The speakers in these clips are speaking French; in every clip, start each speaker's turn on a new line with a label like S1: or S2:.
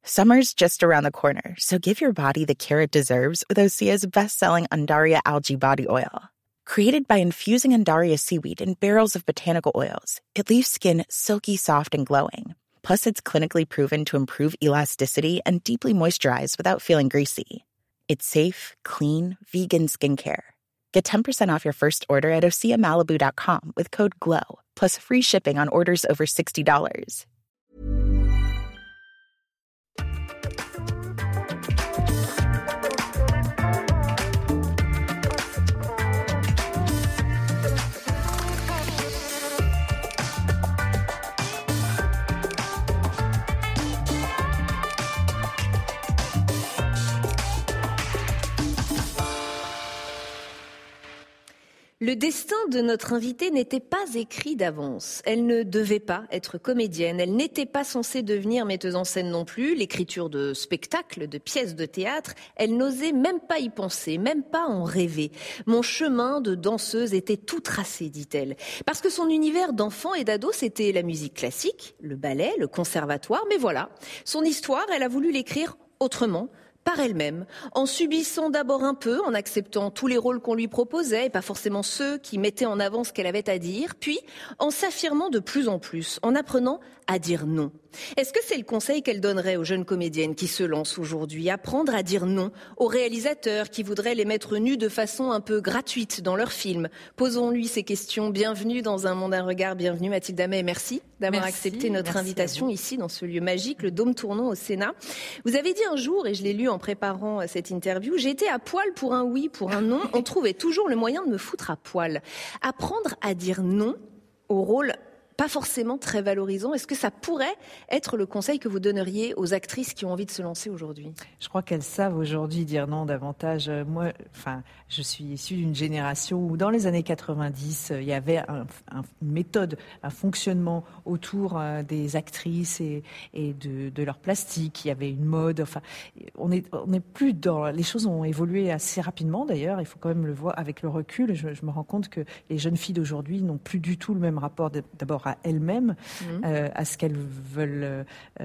S1: Summer's just around the corner, so give your body the care it deserves with Osea's best-selling Undaria Algae Body Oil. Created by infusing Undaria seaweed in barrels of botanical oils, it leaves skin silky soft and glowing. Plus, it's clinically proven to improve elasticity and deeply moisturize without feeling greasy. It's safe, clean, vegan skincare. Get 10% off your first order at OseaMalibu.com with code GLOW, plus free shipping on orders over $60.
S2: Le destin de notre invitée n'était pas écrit d'avance. Elle ne devait pas être comédienne. Elle n'était pas censée devenir metteuse en scène non plus. L'écriture de spectacles, de pièces de théâtre, elle n'osait même pas y penser, même pas en rêver. Mon chemin de danseuse était tout tracé, dit-elle. Parce que son univers d'enfant et d'ado, c'était la musique classique, le ballet, le conservatoire. Mais voilà, son histoire, elle a voulu l'écrire autrement, par elle-même, en subissant d'abord un peu, en acceptant tous les rôles qu'on lui proposait, et pas forcément ceux qui mettaient en avant ce qu'elle avait à dire, puis en s'affirmant de plus en plus, en apprenant à dire non. Est-ce que c'est le conseil qu'elle donnerait aux jeunes comédiennes qui se lancent aujourd'hui? Apprendre à dire non aux réalisateurs qui voudraient les mettre nus de façon un peu gratuite dans leurs films. Posons-lui ces questions. Bienvenue dans Un Monde, un regard. Bienvenue Mathilde Amet. Merci d'avoir accepté notre invitation ici dans ce lieu magique, le Dôme Tournon au Sénat. Vous avez dit un jour, et je l'ai lu en préparant cette interview, j'ai été à poil pour un oui, pour un non. On trouvait toujours le moyen de me foutre à poil. Apprendre à dire non au rôle pas forcément très valorisant. Est-ce que ça pourrait être le conseil que vous donneriez aux actrices qui ont envie de se lancer aujourd'hui?
S3: Je crois qu'elles savent aujourd'hui dire non davantage. Moi, je suis issue d'une génération où dans les années 90, il y avait une méthode, un fonctionnement autour des actrices et de leur plastique. Il y avait une mode. Enfin, on est plus dans... Les choses ont évolué assez rapidement d'ailleurs. Il faut quand même le voir avec le recul. Je me rends compte que les jeunes filles d'aujourd'hui n'ont plus du tout le même rapport d'abord à elles-mêmes, à ce qu'elles veulent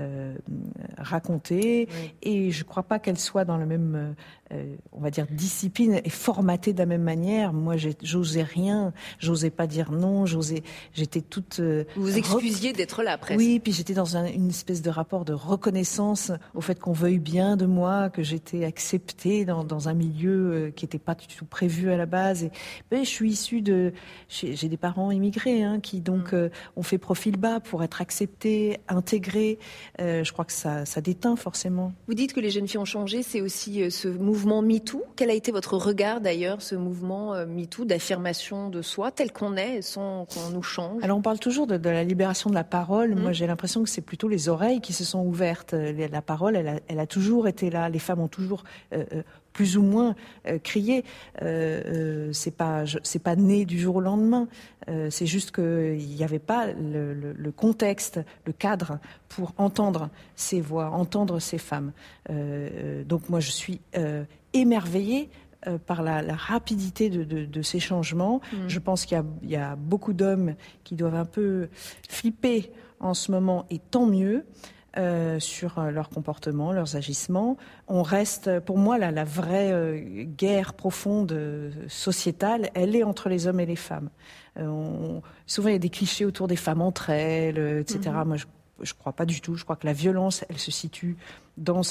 S3: raconter. Oui. Et je ne crois pas qu'elles soient dans le même, on va dire, discipline et formatées de la même manière. Moi, j'osais rien, j'osais pas dire non, j'étais toute...
S2: Vous vous excusiez d'être là, presque.
S3: Oui, puis j'étais dans une espèce de rapport de reconnaissance au fait qu'on veuille bien de moi, que j'étais acceptée dans un milieu qui n'était pas du tout prévu à la base. Je suis issue j'ai des parents immigrés, qui donc... on fait profil bas pour être accepté, intégré. Je crois que ça déteint forcément.
S2: Vous dites que les jeunes filles ont changé, c'est aussi ce mouvement MeToo. Quel a été votre regard d'ailleurs, ce mouvement MeToo d'affirmation de soi, tel qu'on est, sans qu'on nous change?
S3: Alors on parle toujours de la libération de la parole. Moi j'ai l'impression que c'est plutôt les oreilles qui se sont ouvertes. La parole, elle a toujours été là. Les femmes ont toujours... plus ou moins crié. C'est pas né du jour au lendemain. C'est juste qu'il n'y avait pas le contexte, le cadre pour entendre ces voix, entendre ces femmes. Donc moi je suis émerveillée par la rapidité de ces changements. Je pense qu'il y a beaucoup d'hommes qui doivent un peu flipper en ce moment, et tant mieux. Sur leur comportement, leurs agissements. On reste, pour moi, la vraie guerre profonde sociétale, elle est entre les hommes et les femmes. Souvent, il y a des clichés autour des femmes entre elles, etc. Moi, je crois pas du tout. Je crois que la violence, elle se situe dans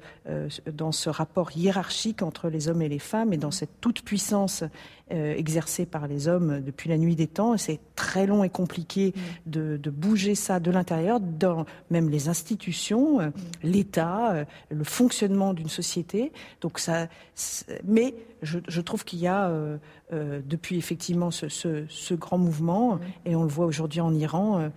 S3: ce rapport hiérarchique entre les hommes et les femmes et dans cette toute-puissance exercée par les hommes depuis la nuit des temps. C'est très long et compliqué de bouger ça de l'intérieur, dans même les institutions, l'État, le fonctionnement d'une société. Donc mais je trouve qu'il y a depuis effectivement ce grand mouvement, et on le voit aujourd'hui en Iran,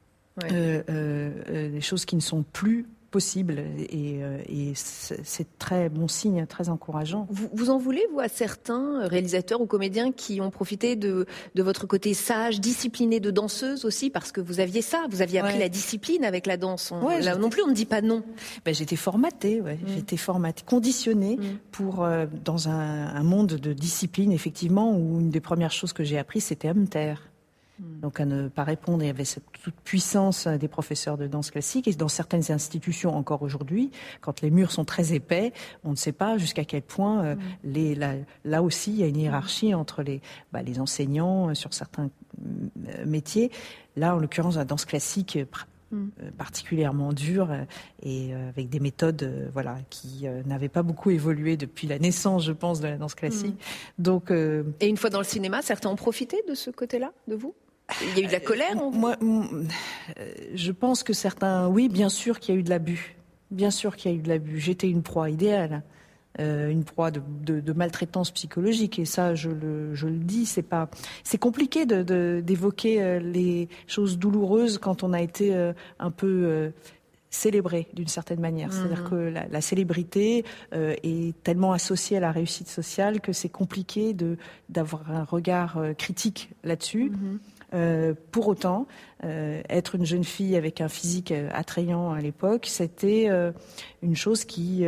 S3: des choses qui ne sont plus possible, et c'est très bon signe, très encourageant.
S2: Vous en voulez, vous, à certains réalisateurs ou comédiens qui ont profité de votre côté sage, discipliné de danseuse aussi, parce que vous aviez ça, vous aviez appris la discipline avec la danse. Là non plus, on ne dit pas non.
S3: J'étais formatée, j'étais formatée, conditionnée pour dans un monde de discipline, effectivement, où une des premières choses que j'ai apprises, c'était à me taire. Donc à ne pas répondre, il y avait cette toute puissance des professeurs de danse classique. Et dans certaines institutions encore aujourd'hui, quand les murs sont très épais, on ne sait pas jusqu'à quel point là aussi il y a une hiérarchie entre les enseignants sur certains métiers. Là, en l'occurrence, la danse classique particulièrement dure et avec des méthodes qui n'avaient pas beaucoup évolué depuis la naissance, je pense, de la danse classique. Donc,
S2: et une fois dans le cinéma, certains ont profité de ce côté-là, de vous ? Il y a eu de la colère en vous ?
S3: Moi, je pense que certains, oui, bien sûr qu'il y a eu de l'abus. Bien sûr qu'il y a eu de l'abus. J'étais une proie idéale. Une proie de maltraitance psychologique, et ça je le dis, c'est compliqué d'évoquer les choses douloureuses quand on a été un peu célébré d'une certaine manière. C'est-à-dire que la célébrité est tellement associée à la réussite sociale que c'est compliqué d'avoir un regard critique là-dessus. Pour autant, être une jeune fille avec un physique attrayant à l'époque, c'était une chose qui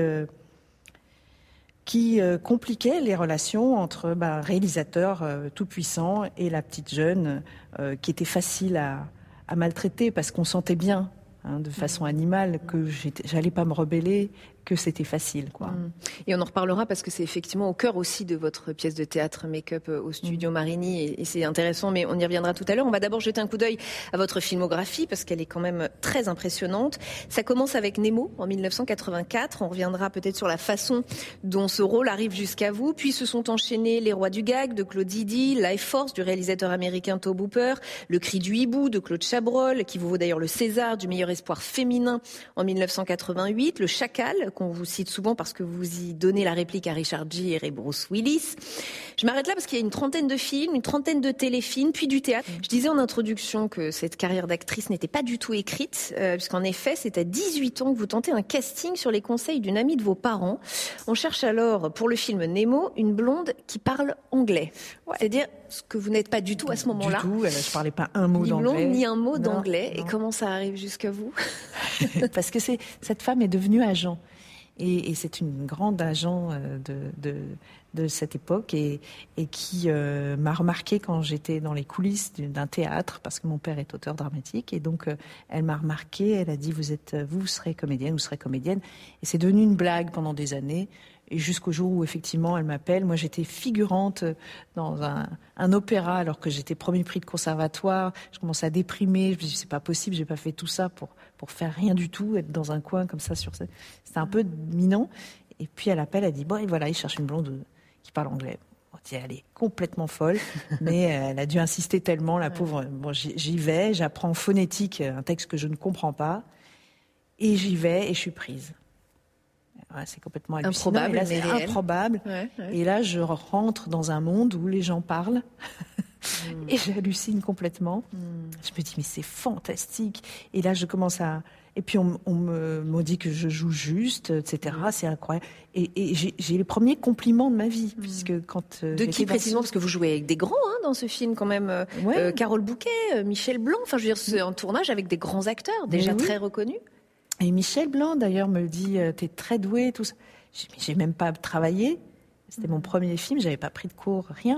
S3: compliquait les relations entre réalisateur tout-puissant et la petite jeune qui était facile à maltraiter parce qu'on sentait bien, de façon animale, que j'allais pas me rebeller, que c'était facile, quoi.
S2: Et on en reparlera parce que c'est effectivement au cœur aussi de votre pièce de théâtre Make-up au studio Marigny, et c'est intéressant, mais on y reviendra tout à l'heure. On va d'abord jeter un coup d'œil à votre filmographie parce qu'elle est quand même très impressionnante. Ça commence avec Nemo en 1984. On reviendra peut-être sur la façon dont ce rôle arrive jusqu'à vous. Puis se sont enchaînés Les Rois du Gag de Claude Zidi, Life Force du réalisateur américain Tobe Hooper, Le Cri du hibou de Claude Chabrol, qui vous vaut d'ailleurs le César du meilleur espoir féminin en 1988, Le Chacal, qu'on vous cite souvent parce que vous y donnez la réplique à Richard Gere et Bruce Willis. Je m'arrête là parce qu'il y a une trentaine de films, une trentaine de téléfilms, puis du théâtre. Je disais en introduction que cette carrière d'actrice n'était pas du tout écrite, puisqu'en effet, c'est à 18 ans que vous tentez un casting sur les conseils d'une amie de vos parents. On cherche alors, pour le film Nemo, une blonde qui parle anglais. Ouais. C'est-à-dire ce que vous n'êtes pas du tout à ce moment-là.
S3: Du tout, je parlais pas un mot d'anglais.
S2: Ni blonde, ni un mot d'anglais. Non. Et comment ça arrive jusqu'à vous ?
S3: Parce que cette femme est devenue agent. Et c'est une grande agent de cette époque et qui m'a remarqué quand j'étais dans les coulisses d'un théâtre, parce que mon père est auteur dramatique, et donc elle m'a remarqué, elle a dit vous serez comédienne, et c'est devenu une blague pendant des années, et jusqu'au jour où effectivement elle m'appelle. Moi j'étais figurante dans un opéra alors que j'étais premier prix de conservatoire, je commençais à déprimer, je me dis c'est pas possible, j'ai pas fait tout ça pour faire rien du tout, être dans un coin comme ça sur scène. C'était un peu minant. Et puis elle appelle, elle dit bon, et voilà, il cherche une blonde qui parle anglais. On dit elle est complètement folle, mais elle a dû insister tellement, la pauvre. Bon, j'y vais, j'apprends phonétique un texte que je ne comprends pas, et j'y vais et je suis prise. Ouais, c'est complètement hallucinant.
S2: Improbable,
S3: et là, c'est improbable. Ouais. Et là, je rentre dans un monde où les gens parlent. Et j'hallucine complètement. Je me dis, mais c'est fantastique. Et là, je commence à... Et puis, on me dit que je joue juste, etc. C'est incroyable. Et j'ai les premiers compliments de ma vie. Puisque quand,
S2: de qui précisément ? Parce que vous jouez avec des grands dans ce film, quand même. Carole Bouquet, Michel Blanc. Enfin, je veux dire, c'est un tournage avec des grands acteurs, déjà très reconnus.
S3: Et Michel Blanc, d'ailleurs, me dit, t'es très doué, tout ça. J'ai même pas travaillé. C'était mon premier film, j'avais pas pris de cours, rien.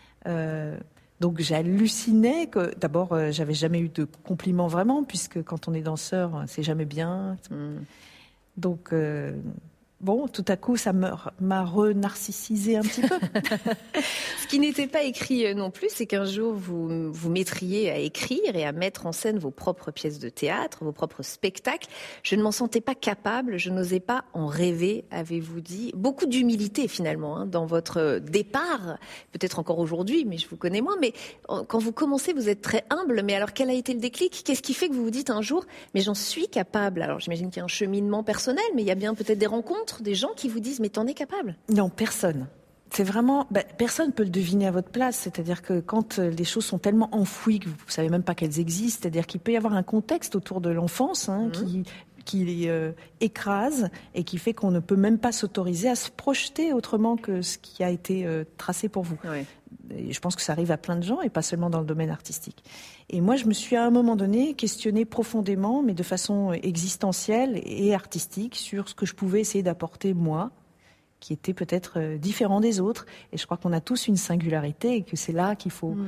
S3: Donc j'hallucinais que, d'abord, j'avais jamais eu de compliments vraiment, puisque quand on est danseur, c'est jamais bien. Donc, bon, tout à coup, ça m'a renarcissisé un petit peu.
S2: Ce qui n'était pas écrit non plus, c'est qu'un jour, vous vous mettriez à écrire et à mettre en scène vos propres pièces de théâtre, vos propres spectacles. Je ne m'en sentais pas capable, je n'osais pas en rêver, avez-vous dit. Beaucoup d'humilité, finalement, dans votre départ, peut-être encore aujourd'hui, mais je vous connais moins. Mais quand vous commencez, vous êtes très humble. Mais alors, quel a été le déclic ? Qu'est-ce qui fait que vous vous dites un jour, mais j'en suis capable ? Alors, j'imagine qu'il y a un cheminement personnel, mais il y a bien peut-être des rencontres, des gens qui vous disent, mais t'en es capable ?
S3: Non, personne. C'est vraiment, personne ne peut le deviner à votre place. C'est-à-dire que quand les choses sont tellement enfouies que vous ne savez même pas qu'elles existent, c'est-à-dire qu'il peut y avoir un contexte autour de l'enfance qui écrase et qui fait qu'on ne peut même pas s'autoriser à se projeter autrement que ce qui a été tracé pour vous. Oui. Et je pense que ça arrive à plein de gens et pas seulement dans le domaine artistique. Et moi, je me suis à un moment donné questionnée profondément, mais de façon existentielle et artistique, sur ce que je pouvais essayer d'apporter moi, qui était peut-être différent des autres. Et je crois qu'on a tous une singularité et que c'est là qu'il faut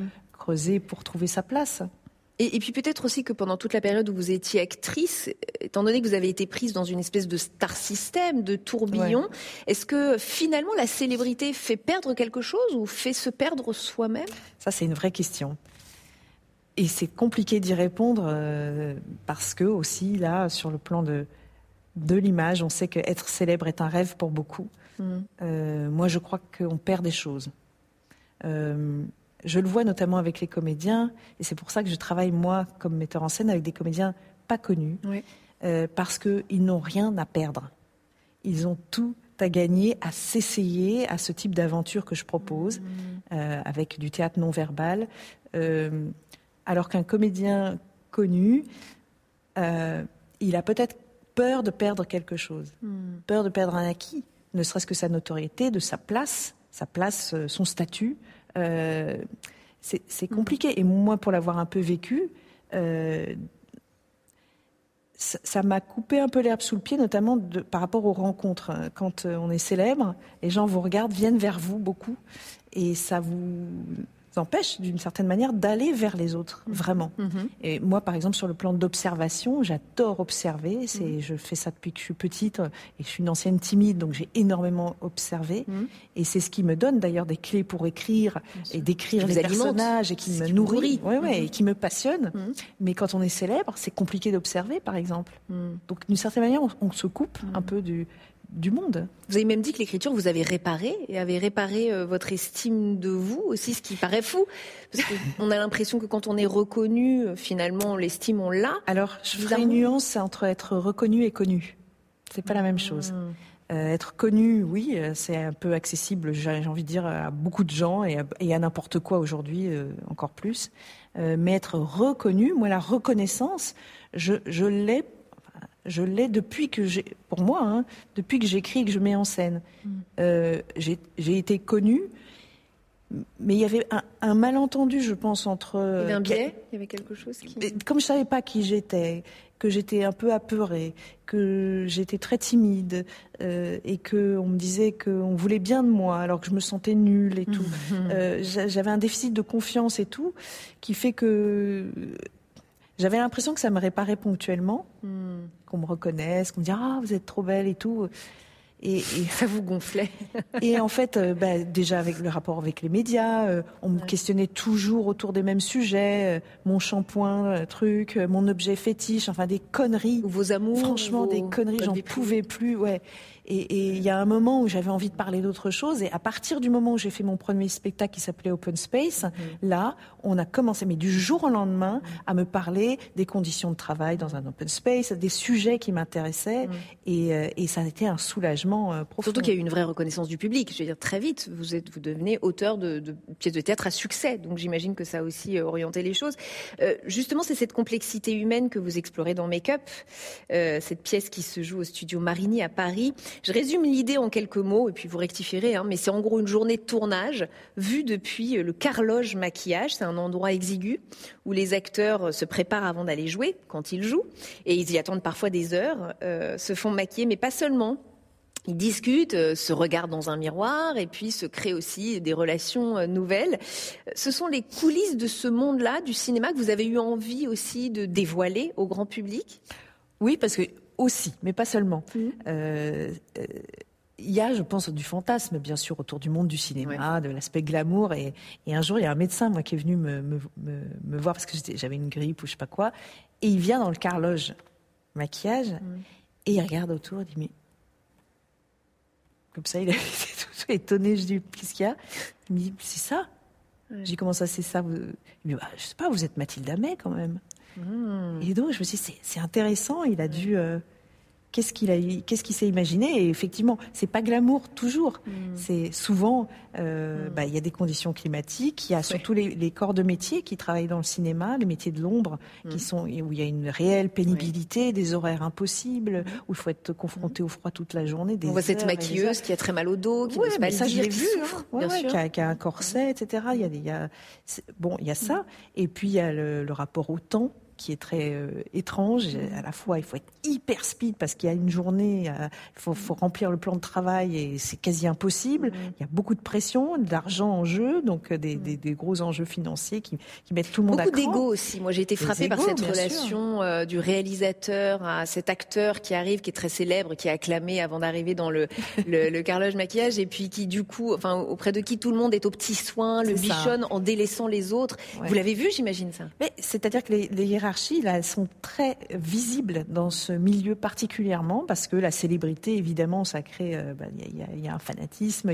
S3: creuser pour trouver sa place.
S2: Et puis peut-être aussi que pendant toute la période où vous étiez actrice, étant donné que vous avez été prise dans une espèce de star system, de tourbillon, est-ce que finalement la célébrité fait perdre quelque chose ou fait se perdre soi-même ?
S3: Ça, c'est une vraie question. Et c'est compliqué d'y répondre parce que aussi, là, sur le plan de l'image, on sait qu'être célèbre est un rêve pour beaucoup. Moi, je crois qu'on perd des choses. Je le vois notamment avec les comédiens, et c'est pour ça que je travaille, moi, comme metteur en scène, avec des comédiens pas connus, parce qu'ils n'ont rien à perdre. Ils ont tout à gagner, à s'essayer à ce type d'aventure que je propose, avec du théâtre non-verbal, alors qu'un comédien connu, il a peut-être peur de perdre quelque chose, peur de perdre un acquis, ne serait-ce que sa notoriété, de sa place, son statut. C'est compliqué. Et moi, pour l'avoir un peu vécu, ça m'a coupé un peu l'herbe sous le pied, notamment par rapport aux rencontres. Quand on est célèbre, les gens vous regardent, viennent vers vous beaucoup, et ça vous empêche d'une certaine manière d'aller vers les autres, vraiment. Et moi, par exemple, sur le plan d'observation, j'adore observer. Je fais ça depuis que je suis petite et je suis une ancienne timide, donc j'ai énormément observé. Et c'est ce qui me donne d'ailleurs des clés pour écrire et d'écrire les personnages et qui me nourrit, et qui me passionne. Mais quand on est célèbre, c'est compliqué d'observer, par exemple. Donc d'une certaine manière, on se coupe un peu du monde.
S2: Vous avez même dit que l'écriture vous avait réparé votre estime de vous aussi, ce qui paraît fou, parce qu'on a l'impression que quand on est reconnu, finalement l'estime on l'a.
S3: Alors je ferai une nuance entre être reconnu et connu. C'est pas la même chose. Être connu, oui, c'est un peu accessible, j'ai envie de dire, à beaucoup de gens et à n'importe quoi aujourd'hui, encore plus. Mais être reconnu, moi la reconnaissance, je l'ai depuis que depuis que j'écris et que je mets en scène. J'ai été connue, mais il y avait un malentendu, je pense, entre...
S2: Il y avait un biais, il y avait quelque chose qui...
S3: Comme je savais pas qui j'étais, que j'étais un peu apeurée, que j'étais très timide, et qu'on me disait qu'on voulait bien de moi, alors que je me sentais nulle et tout. J'avais un déficit de confiance et tout, qui fait que... J'avais l'impression que ça me réparait ponctuellement, qu'on me reconnaisse, qu'on me dise « Ah, vous êtes trop belle » et tout. Et
S2: ça vous gonflait.
S3: Et en fait, déjà avec le rapport avec les médias, on me questionnait toujours autour des mêmes sujets, mon shampoing, mon objet fétiche, enfin des conneries.
S2: Ou vos amours.
S3: Franchement, des conneries, j'en pouvais plus, Et il y a un moment où j'avais envie de parler d'autre chose. Et à partir du moment où j'ai fait mon premier spectacle qui s'appelait Open Space, là, on a commencé, mais du jour au lendemain, à me parler des conditions de travail dans un Open Space, des sujets qui m'intéressaient. Et ça a été un soulagement profond.
S2: Surtout qu'il y a eu une vraie reconnaissance du public. Je veux dire, très vite, vous devenez auteur de pièces de théâtre à succès. Donc j'imagine que ça a aussi orienté les choses. Justement, c'est cette complexité humaine que vous explorez dans Make Up, cette pièce qui se joue au studio Marigny à Paris. Je résume l'idée en quelques mots, et puis vous rectifierez, mais c'est en gros une journée de tournage vue depuis le Carloge Maquillage. C'est un endroit exigu où les acteurs se préparent avant d'aller jouer, quand ils jouent, et ils y attendent parfois des heures, se font maquiller, mais pas seulement. Ils discutent, se regardent dans un miroir et puis se créent aussi des relations nouvelles. Ce sont les coulisses de ce monde-là, du cinéma, que vous avez eu envie aussi de dévoiler au grand public ?
S3: Oui, parce que aussi, mais pas seulement. Il y a, je pense, du fantasme, bien sûr, autour du monde du cinéma, de l'aspect glamour. Et un jour, il y a un médecin, moi, qui est venu me voir parce que j'avais une grippe ou je sais pas quoi. Et il vient dans le Carloge Maquillage et il regarde autour et dit « Mais... » Comme ça, il était tout étonné. Je dis « Qu'est-ce qu'il y a ?» Il me dit « C'est ça. » Je dis « Comment ça, c'est ça ?» Il me dit « Je sais pas, vous êtes Mathilde Amet, quand même. » Et donc, je me suis dit, c'est intéressant, il a dû... Qu'est-ce qu'il s'est imaginé ? Et effectivement, c'est pas glamour toujours. C'est souvent, il y a des conditions climatiques, il y a surtout les corps de métier qui travaillent dans le cinéma, les métiers de l'ombre, où il y a une réelle pénibilité, des horaires impossibles, où il faut être confronté au froid toute la journée.
S2: On voit cette maquilleuse qui a très mal au dos, qui n'ose pas le dire, qui souffre, bien sûr.
S3: Qui a un corset, etc. Il y a ça. Et puis, il y a le rapport au temps. qui est très étrange. À la fois, il faut être hyper speed parce qu'il y a une journée, il faut remplir le plan de travail et c'est quasi impossible. Il y a beaucoup de pression, d'argent en jeu, donc des gros enjeux financiers qui mettent tout le monde à cran.
S2: Beaucoup d'ego aussi. Moi, j'ai été frappée par cette relation du réalisateur à cet acteur qui arrive, qui est très célèbre, qui est acclamé avant d'arriver dans le carrelage maquillage et puis qui, du coup, enfin, auprès de qui tout le monde est aux petits soins, le bichonne en délaissant les autres. Ouais. Vous l'avez vu, j'imagine ça.
S3: Mais c'est-à-dire que les hiérarchies, là, elles sont très visibles dans ce milieu particulièrement parce que la célébrité, évidemment, ça crée, y a un fanatisme,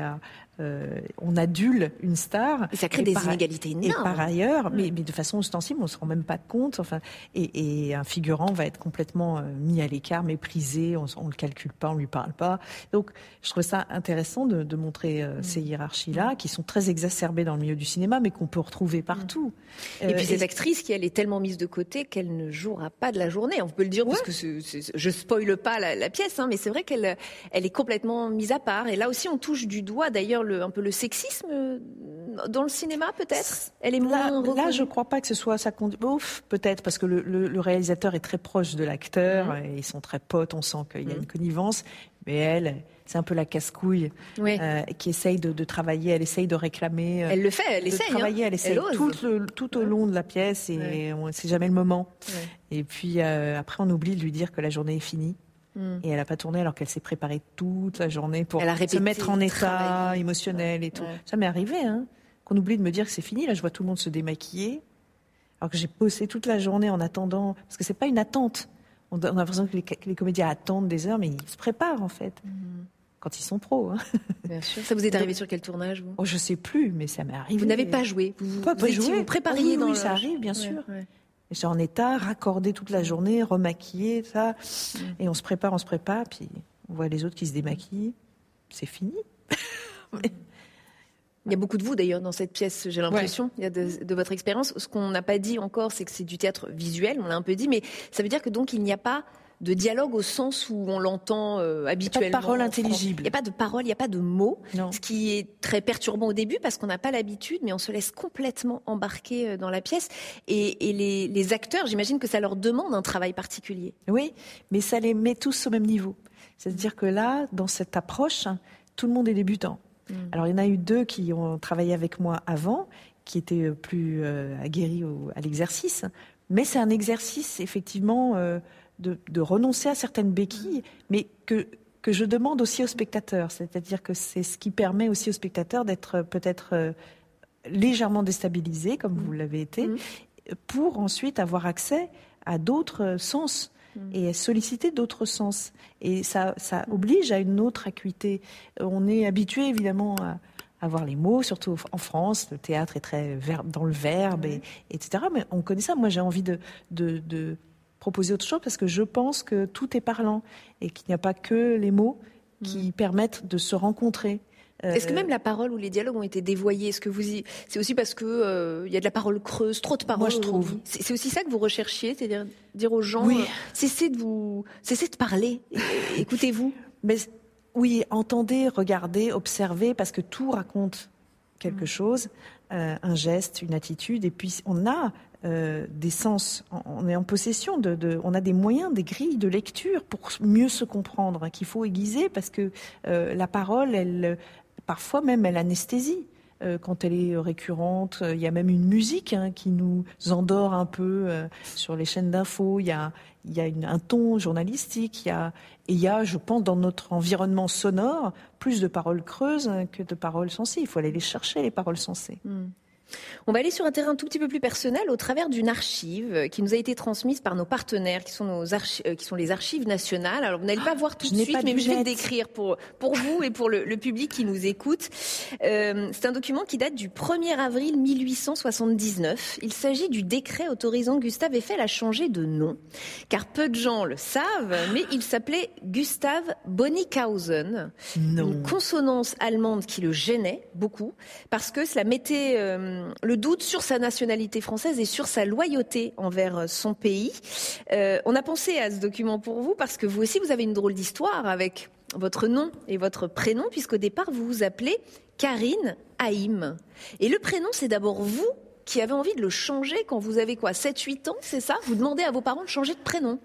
S3: on adule une star.
S2: Et ça crée des inégalités énormes.
S3: Et par ailleurs, mais de façon ostensible, on se rend même pas compte. Enfin, et un figurant va être complètement mis à l'écart, méprisé. On le calcule pas, on lui parle pas. Donc, je trouve ça intéressant de montrer ces hiérarchies-là, qui sont très exacerbées dans le milieu du cinéma, mais qu'on peut retrouver partout.
S2: Et puis cette actrice qui, elle est tellement mise de côté qu'elle ne jouera pas de la journée. On peut le dire parce que je spoile pas la pièce, mais c'est vrai qu'elle est complètement mise à part. Et là aussi, on touche du doigt d'ailleurs un peu le sexisme dans le cinéma, peut-être. Elle est moins reconnue.
S3: Là, je crois pas que ce soit ça. Peut-être parce que le réalisateur est très proche de l'acteur et ils sont très potes. On sent qu'il y a une connivence. Mais elle, c'est un peu la casse-couille qui essaye de travailler. Elle essaye de réclamer.
S2: Elle le fait, elle essaye.
S3: Travailler, elle essaye tout au long de la pièce et c'est jamais le moment. Ouais. Et puis après, on oublie de lui dire que la journée est finie. Et elle n'a pas tourné alors qu'elle s'est préparée toute la journée pour se mettre en état émotionnel et tout. Ouais. Ça m'est arrivé, qu'on oublie de me dire que c'est fini. Là, je vois tout le monde se démaquiller. Alors que j'ai bossé toute la journée en attendant. Parce que c'est pas une attente. On a l'impression que les comédiens attendent des heures, mais ils se préparent, en fait. Quand ils sont pros.
S2: Bien sûr. Ça vous est arrivé sur quel tournage, vous ?
S3: Je sais plus, mais ça m'est arrivé.
S2: Vous n'avez pas joué. Vous prépariez dans
S3: ça arrive, bien sûr. Ouais. J'étais en état, raccordé toute la journée, remaquillé, ça. Et on se prépare, puis on voit les autres qui se démaquillent. C'est fini.
S2: Il y a beaucoup de vous d'ailleurs dans cette pièce, j'ai l'impression. Il y a de votre expérience. Ce qu'on n'a pas dit encore, c'est que c'est du théâtre visuel, on l'a un peu dit, mais ça veut dire que donc il n'y a pas de dialogue au sens où on l'entend habituellement.
S3: Il n'y a pas de parole intelligible.
S2: Il n'y a pas de parole, il n'y a pas de mots,
S3: non.
S2: Ce qui est très perturbant au début parce qu'on n'a pas l'habitude, mais on se laisse complètement embarquer dans la pièce. Et les acteurs, j'imagine que ça leur demande un travail particulier.
S3: Oui, mais ça les met tous au même niveau. C'est-à-dire que là, dans cette approche, tout le monde est débutant. Alors il y en a eu 2 qui ont travaillé avec moi avant, qui étaient plus aguerris à l'exercice. Mais c'est un exercice, effectivement, de renoncer à certaines béquilles, mais que je demande aussi aux spectateurs. C'est-à-dire que c'est ce qui permet aussi aux spectateurs d'être peut-être légèrement déstabilisés, comme vous l'avez été, pour ensuite avoir accès à d'autres sens et solliciter d'autres sens. Et ça oblige à une autre acuité. On est habitué, évidemment, à voir les mots, surtout en France. Le théâtre est très dans le verbe, etc. Mais on connaît ça. Moi, j'ai envie de proposer autre chose parce que je pense que tout est parlant et qu'il n'y a pas que les mots qui permettent de se rencontrer.
S2: Est-ce que même la parole ou les dialogues ont été dévoyés ? Est-ce que c'est aussi parce que y a de la parole creuse, trop de paroles ?
S3: Moi, je trouve.
S2: C'est aussi ça que vous recherchiez, c'est-à-dire dire aux gens, cessez de parler, écoutez-vous.
S3: Mais oui, entendez, regardez, observez, parce que tout raconte quelque chose, un geste, une attitude, et puis on a des sens, on est en possession on a des moyens, des grilles de lecture pour mieux se comprendre, qu'il faut aiguiser parce que la parole, parfois même, elle anesthésie. Quand elle est récurrente, il y a même une musique qui nous endort un peu sur les chaînes d'infos. Il y a un ton journalistique. Il y a, je pense, dans notre environnement sonore, plus de paroles creuses que de paroles sensées. Il faut aller les chercher, les paroles sensées.
S2: On va aller sur un terrain tout petit peu plus personnel au travers d'une archive qui nous a été transmise par nos partenaires, qui sont les archives nationales. Alors vous n'allez pas voir tout de suite, mais je vais le décrire pour vous et pour le public qui nous écoute. C'est un document qui date du 1er avril 1879. Il s'agit du décret autorisant Gustave Eiffel à changer de nom, car peu de gens le savent, mais il s'appelait Gustave Bonnickhausen. Une consonance allemande qui le gênait beaucoup, parce que cela mettait le doute sur sa nationalité française et sur sa loyauté envers son pays. On a pensé à ce document pour vous parce que vous aussi, vous avez une drôle d'histoire avec votre nom et votre prénom, puisqu'au départ, vous vous appelez Karine Haïm. Et le prénom, c'est d'abord vous qui avez envie de le changer quand vous avez 7-8 ans, c'est ça? Vous demandez à vos parents de changer de prénom.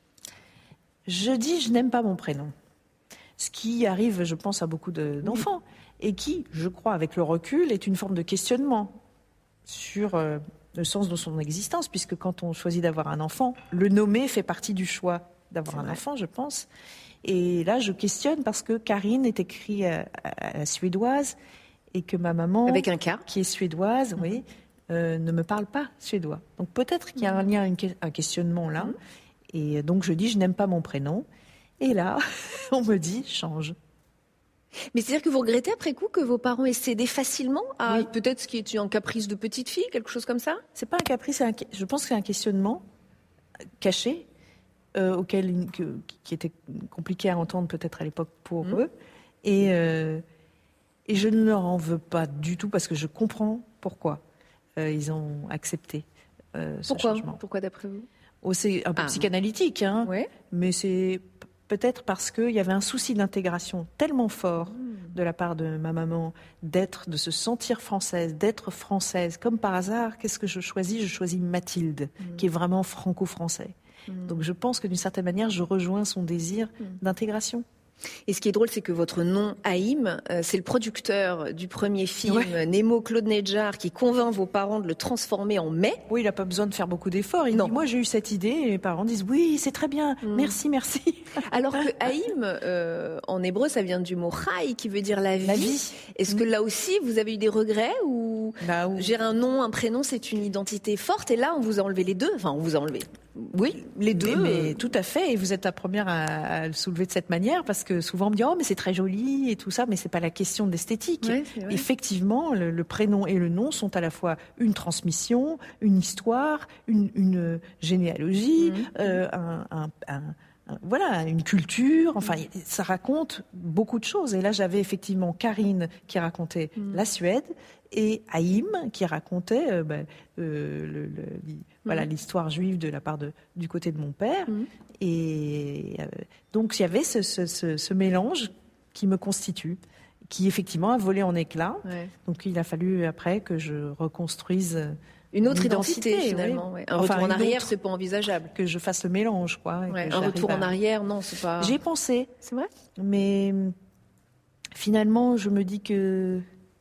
S3: Je dis je n'aime pas mon prénom. Ce qui arrive, je pense, à beaucoup d'enfants. Et qui, je crois, avec le recul, est une forme de questionnement sur le sens de son existence, puisque quand on choisit d'avoir un enfant, le nommer fait partie du choix d'avoir un enfant, je pense. Et là, je questionne parce que Karine est écrit à la suédoise et que ma maman,
S2: avec un K,
S3: qui est suédoise, ne me parle pas suédois. Donc peut-être qu'il y a un lien, un questionnement là. Et donc je dis, je n'aime pas mon prénom. Et là, on me dit, change.
S2: Mais c'est-à-dire que vous regrettez après coup que vos parents aient cédé facilement à peut-être ce qui est un caprice de petite fille, quelque chose comme ça?
S3: C'est pas un caprice, je pense que c'est un questionnement caché, qui était compliqué à entendre peut-être à l'époque pour eux. Et je ne leur en veux pas du tout parce que je comprends pourquoi ils ont accepté ce changement.
S2: Pourquoi d'après vous?
S3: C'est un peu psychanalytique, mais c'est peut-être parce qu'il y avait un souci d'intégration tellement fort de la part de ma maman, de se sentir française, d'être française. Comme par hasard, qu'est-ce que je choisis? Je choisis Mathilde, qui est vraiment franco-français. Donc je pense que d'une certaine manière, je rejoins son désir d'intégration.
S2: Et ce qui est drôle, c'est que votre nom, Haïm, c'est le producteur du premier film, Nemo Claude Nedjar, qui convainc vos parents de le transformer en mai.
S3: Oui, il n'a pas besoin de faire beaucoup d'efforts. Il dit, moi j'ai eu cette idée, et les parents disent, oui, c'est très bien, merci.
S2: Alors que Haïm, en hébreu, ça vient du mot Chai, qui veut dire la vie. Est-ce que là aussi, vous avez eu des regrets ou gérer un nom, un prénom, c'est une identité forte, et là, on vous a enlevé les deux? Enfin, on vous a enlevé.
S3: Oui, les deux. Mais tout à fait. Et vous êtes la première à le soulever de cette manière parce que souvent on me dit mais c'est très joli et tout ça, mais c'est pas la question d'esthétique. Effectivement, le prénom et le nom sont à la fois une transmission, une histoire, une généalogie, une culture. Enfin, ça raconte beaucoup de choses. Et là, j'avais effectivement Karine qui racontait la Suède et Haïm qui racontait l'histoire juive de la part du côté de mon père. Et donc, il y avait ce mélange qui me constitue, qui effectivement a volé en éclats. Donc, il a fallu après que je reconstruise
S2: une autre identité finalement. Un retour en arrière, c'est pas envisageable.
S3: Que je fasse le mélange, quoi.
S2: Un retour en arrière, non, c'est pas.
S3: J'ai pensé.
S2: C'est vrai.
S3: Mais finalement, je me dis que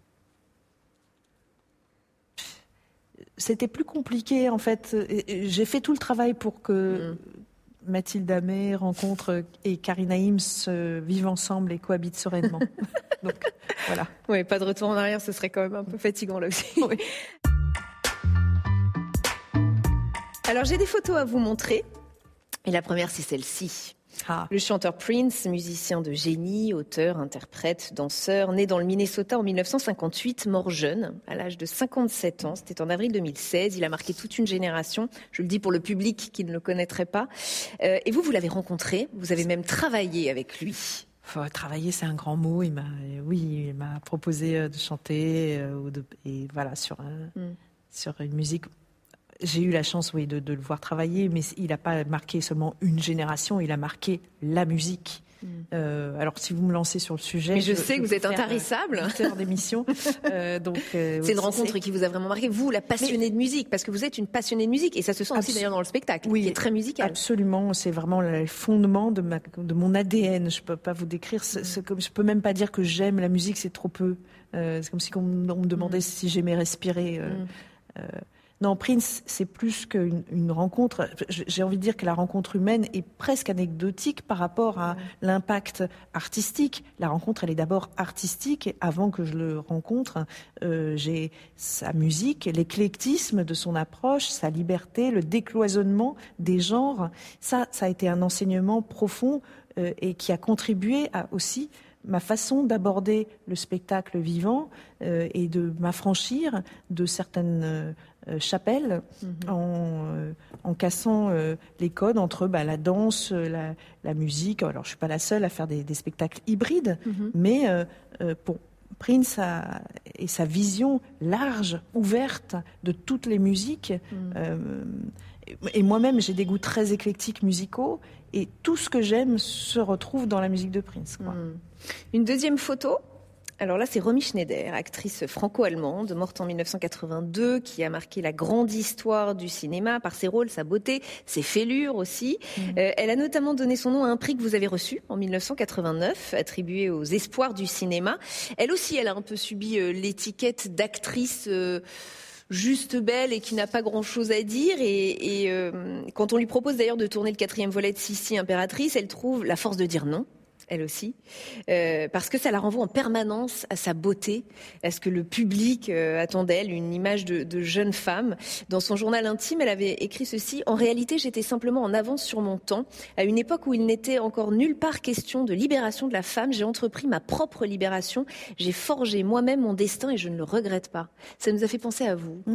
S3: c'était plus compliqué, en fait. J'ai fait tout le travail pour que Mathilde Amé rencontre et Karine Haïm vivent ensemble et cohabitent sereinement. Donc, voilà.
S2: Oui, pas de retour en arrière, ce serait quand même un peu fatigant là aussi. Oui. Alors, j'ai des photos à vous montrer. Et la première, c'est celle-ci. Le chanteur Prince, musicien de génie, auteur, interprète, danseur, né dans le Minnesota en 1958, mort jeune, à l'âge de 57 ans. C'était en avril 2016. Il a marqué toute une génération. Je le dis pour le public qui ne le connaîtrait pas. Et vous l'avez rencontré. Vous avez même travaillé avec lui.
S3: Travailler, c'est un grand mot. Il m'a proposé de chanter sur une musique. J'ai eu la chance, de le voir travailler, mais il n'a pas marqué seulement une génération, il a marqué la musique. Alors, si vous me lancez sur le sujet...
S2: Mais je sais que vous êtes intarissable.
S3: 8 heures d'émission.
S2: C'est une rencontre qui vous a vraiment marqué. Vous, la passionnée de musique, parce que vous êtes une passionnée de musique, et ça se sent aussi d'ailleurs dans le spectacle, qui est très musical.
S3: Absolument, c'est vraiment le fondement de mon ADN. Je ne peux pas vous décrire, je ne peux même pas dire que j'aime la musique, c'est trop peu. C'est comme si on me demandait si j'aimais respirer. Non, Prince, c'est plus qu'une rencontre. J'ai envie de dire que la rencontre humaine est presque anecdotique par rapport à l'impact artistique. La rencontre, elle est d'abord artistique. Avant que je le rencontre, j'ai sa musique, l'éclectisme de son approche, sa liberté, le décloisonnement des genres. Ça a été un enseignement profond et qui a contribué à aussi ma façon d'aborder le spectacle vivant et de m'affranchir de certaines chapelles en cassant les codes entre la danse, la musique. Alors, je ne suis pas la seule à faire des spectacles hybrides, mais pour Prince et sa vision large, ouverte de toutes les musiques. Et moi-même, j'ai des goûts très éclectiques musicaux et tout ce que j'aime se retrouve dans la musique de Prince.
S2: Une deuxième photo Alors là, c'est Romy Schneider, actrice franco-allemande, morte en 1982, qui a marqué la grande histoire du cinéma par ses rôles, sa beauté, ses fêlures aussi. Elle a notamment donné son nom à un prix que vous avez reçu en 1989, attribué aux espoirs du cinéma. Elle aussi, elle a un peu subi l'étiquette d'actrice juste belle et qui n'a pas grand-chose à dire. Et quand on lui propose d'ailleurs de tourner le 4e volet de Sissi, Impératrice, elle trouve la force de dire non. Elle aussi, parce que ça la renvoie en permanence à sa beauté, à ce que le public attend d'elle, une image de jeune femme. Dans son journal intime, elle avait écrit ceci: « En réalité, j'étais simplement en avance sur mon temps. À une époque où il n'était encore nulle part question de libération de la femme, j'ai entrepris ma propre libération. J'ai forgé moi-même mon destin et je ne le regrette pas. » Ça nous a fait penser à vous.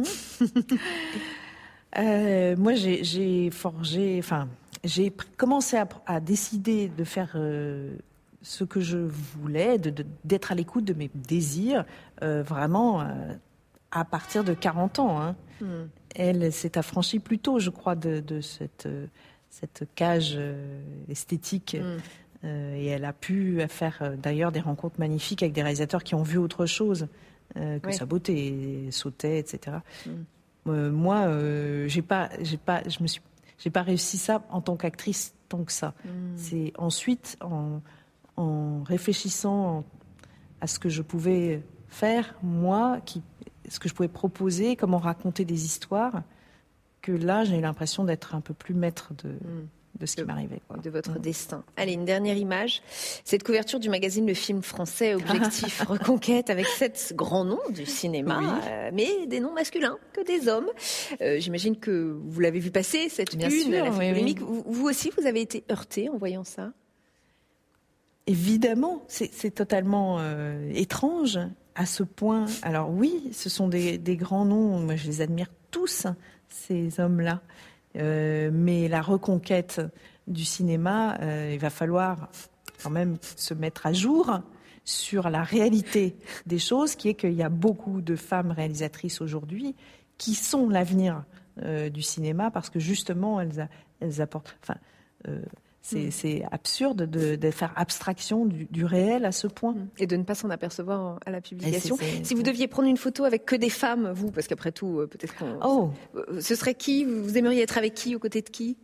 S3: Moi, j'ai commencé à décider de faire ce que je voulais, d'être à l'écoute de mes désirs, vraiment à partir de 40 ans. Hein. Elle s'est affranchie plus tôt, je crois, de cette cage esthétique. Et elle a pu faire d'ailleurs des rencontres magnifiques avec des réalisateurs qui ont vu autre chose que sa beauté, Sautet, etc. Moi, j'ai pas réussi ça en tant qu'actrice tant que ça. C'est ensuite, en réfléchissant à ce que je pouvais faire, moi, ce que je pouvais proposer, comment raconter des histoires, que là, j'ai eu l'impression d'être un peu plus maître de ce qui m'arrivait. Quoi.
S2: De votre destin. Allez, une dernière image. Cette couverture du magazine Le Film Français, Objectif Reconquête, avec 7 grands noms du cinéma, mais des noms masculins, que des hommes. J'imagine que vous l'avez vu passer, cette
S3: Bien
S2: une,
S3: sûr,
S2: la polémique.
S3: Oui.
S2: Vous aussi, vous avez été heurté en voyant ça?
S3: Évidemment, c'est totalement étrange à ce point. Alors oui, ce sont des grands noms, moi je les admire tous, ces hommes-là. Mais la reconquête du cinéma, il va falloir quand même se mettre à jour sur la réalité des choses, qui est qu'il y a beaucoup de femmes réalisatrices aujourd'hui qui sont l'avenir du cinéma, parce que justement elles apportent... C'est absurde de faire abstraction du réel à ce point.
S2: Et de ne pas s'en apercevoir à la publication. Si vous deviez prendre une photo avec que des femmes, vous, parce qu'après tout, peut-être ce serait qui? Vous aimeriez être avec qui, aux côtés de qui?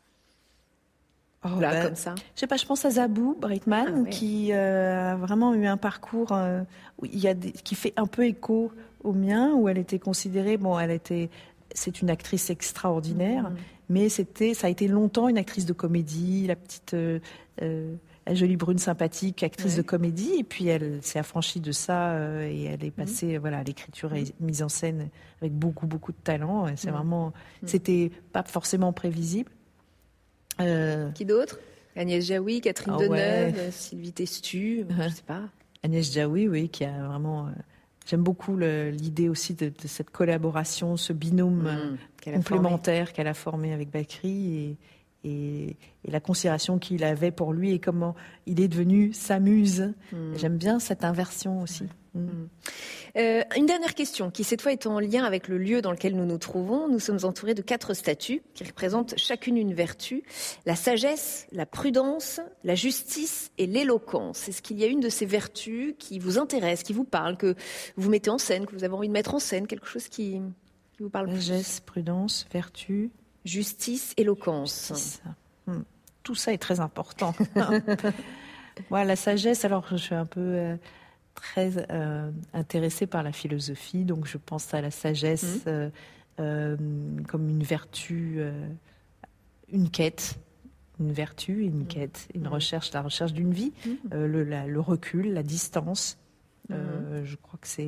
S2: Comme ça.
S3: Je sais pas, je pense à Zabou Breitman, qui a vraiment eu un parcours qui fait un peu écho au mien, où elle était considérée, c'est une actrice extraordinaire, mais ça a été longtemps une actrice de comédie, la petite la jolie brune sympathique, actrice de comédie, et puis elle s'est affranchie de ça et elle est passée à l'écriture et mise en scène avec beaucoup de talent. Et c'est vraiment, c'était pas forcément prévisible.
S2: Qui d'autre? Agnès Jaoui, Catherine Deneuve, Sylvie Testu, je sais pas.
S3: Agnès Jaoui, oui, qui a vraiment... J'aime beaucoup l'idée aussi de cette collaboration, ce binôme complémentaire qu'elle a formé avec Bakri et la considération qu'il avait pour lui et comment il est devenu sa muse. J'aime bien cette inversion aussi.
S2: Une dernière question qui cette fois est en lien avec le lieu dans lequel nous nous trouvons. Nous sommes entourés de 4 statues qui représentent chacune une vertu: la sagesse, la prudence, la justice et l'éloquence. Est-ce qu'il y a une de ces vertus qui vous intéresse, qui vous parle, que vous mettez en scène, que vous avez envie de mettre en scène, quelque chose qui vous parle?
S3: Sagesse, prudence, vertu,
S2: justice, éloquence.
S3: Justice. Tout ça est très important. La sagesse, alors je suis un peu... très intéressée par la philosophie, donc je pense à la sagesse comme une vertu, une quête, une vertu et une quête, une recherche, la recherche d'une vie, le recul, la distance. Je crois que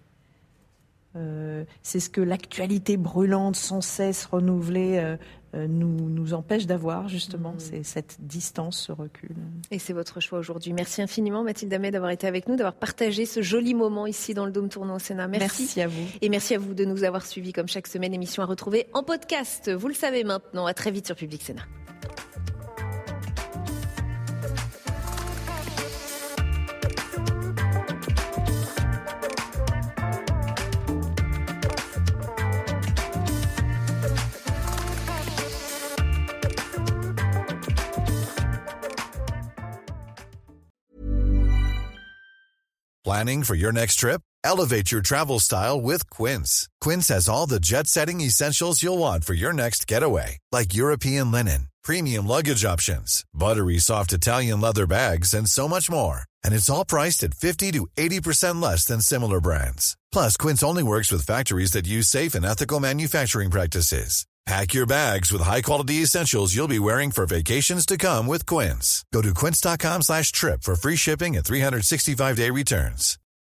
S3: c'est ce que l'actualité brûlante, sans cesse renouvelée, nous empêche d'avoir, justement, c'est cette distance, ce recul.
S2: Et c'est votre choix aujourd'hui. Merci infiniment, Mathilde Hamet, d'avoir été avec nous, d'avoir partagé ce joli moment ici dans le Dôme tournant au Sénat.
S3: Merci à vous.
S2: Et merci à vous de nous avoir suivis comme chaque semaine. Émission à retrouver en podcast. Vous le savez maintenant. À très vite sur Public Sénat.
S4: Planning for your next trip? Elevate your travel style with Quince. Quince has all the jet-setting essentials you'll want for your next getaway, like European linen, premium luggage options, buttery soft Italian leather bags, and so much more. And it's all priced at 50 to 80% less than similar brands. Plus, Quince only works with factories that use safe and ethical manufacturing practices. Pack your bags with high-quality essentials you'll be wearing for vacations to come with Quince. Go to quince.com/trip for free shipping and 365-day returns.